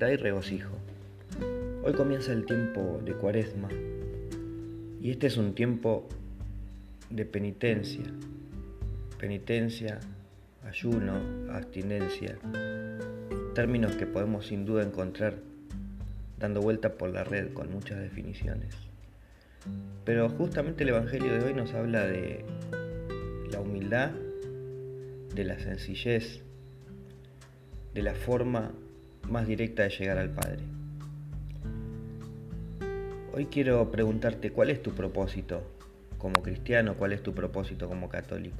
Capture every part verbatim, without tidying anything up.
trae regocijo. Hoy comienza el tiempo de Cuaresma y este es un tiempo de penitencia, penitencia, ayuno, abstinencia, términos que podemos sin duda encontrar dando vuelta por la red con muchas definiciones. Pero justamente el Evangelio de hoy nos habla de la humildad, de la sencillez, de la forma más directa de llegar al Padre. Hoy quiero preguntarte cuál es tu propósito como cristiano, cuál es tu propósito como católico.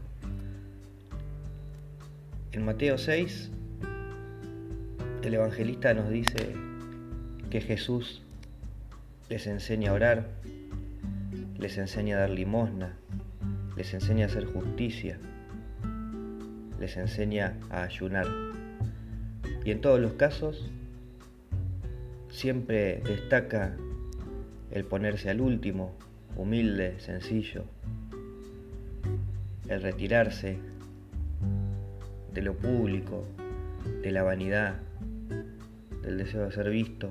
En Mateo seis, el evangelista nos dice que Jesús les enseña a orar, les enseña a dar limosna, les enseña a hacer justicia, les enseña a ayunar. Y en todos los casos siempre destaca el ponerse al último, humilde, sencillo, el retirarse de lo público, de la vanidad, del deseo de ser visto.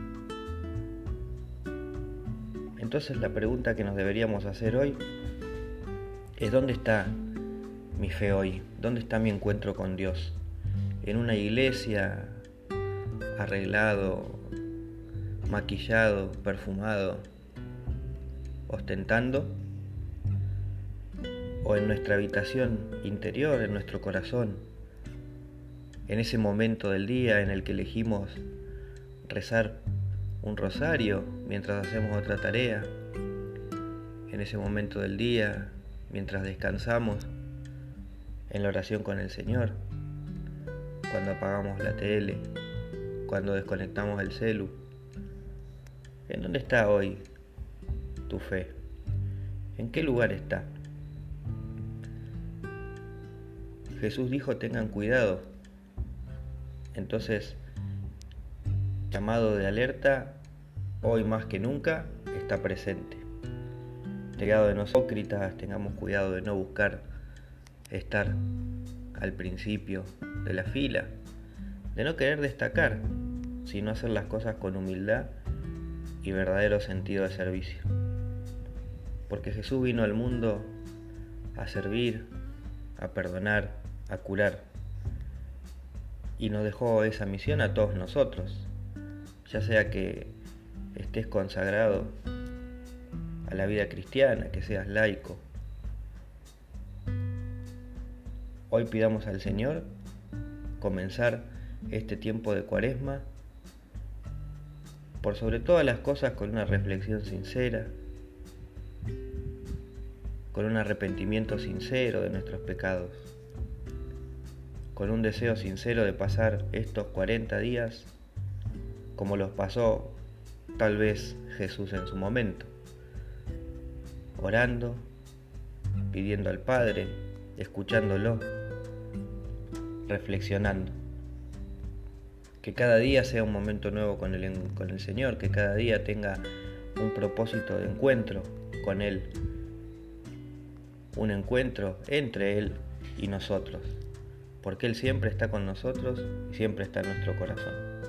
Entonces la pregunta que nos deberíamos hacer hoy es: ¿dónde está mi fe hoy? ¿Dónde está mi encuentro con Dios? ¿En una iglesia, arreglado, maquillado, perfumado, ostentando? ¿O en nuestra habitación interior, en nuestro corazón, en ese momento del día en el que elegimos rezar un rosario mientras hacemos otra tarea, en ese momento del día mientras descansamos en la oración con el Señor, cuando apagamos la tele, cuando desconectamos el celu? ¿En dónde está hoy tu fe? ¿En qué lugar está? Jesús dijo: tengan cuidado. Entonces, llamado de alerta, hoy más que nunca está presente. Tengamos de nosotros hipócritas, tengamos cuidado de no buscar estar al principio de la fila, de no querer destacar, sino hacer las cosas con humildad y verdadero sentido de servicio. Porque Jesús vino al mundo a servir, a perdonar, a curar. Y nos dejó esa misión a todos nosotros, ya sea que estés consagrado a la vida cristiana, que seas laico. Hoy pidamos al Señor comenzar este tiempo de Cuaresma por sobre todas las cosas con una reflexión sincera, con un arrepentimiento sincero de nuestros pecados, con un deseo sincero de pasar estos cuarenta días como los pasó tal vez Jesús en su momento, orando, pidiendo al Padre, escuchándolo, reflexionando. Que cada día sea un momento nuevo con el, con el Señor, que cada día tenga un propósito de encuentro con Él, un encuentro entre Él y nosotros, porque Él siempre está con nosotros y siempre está en nuestro corazón.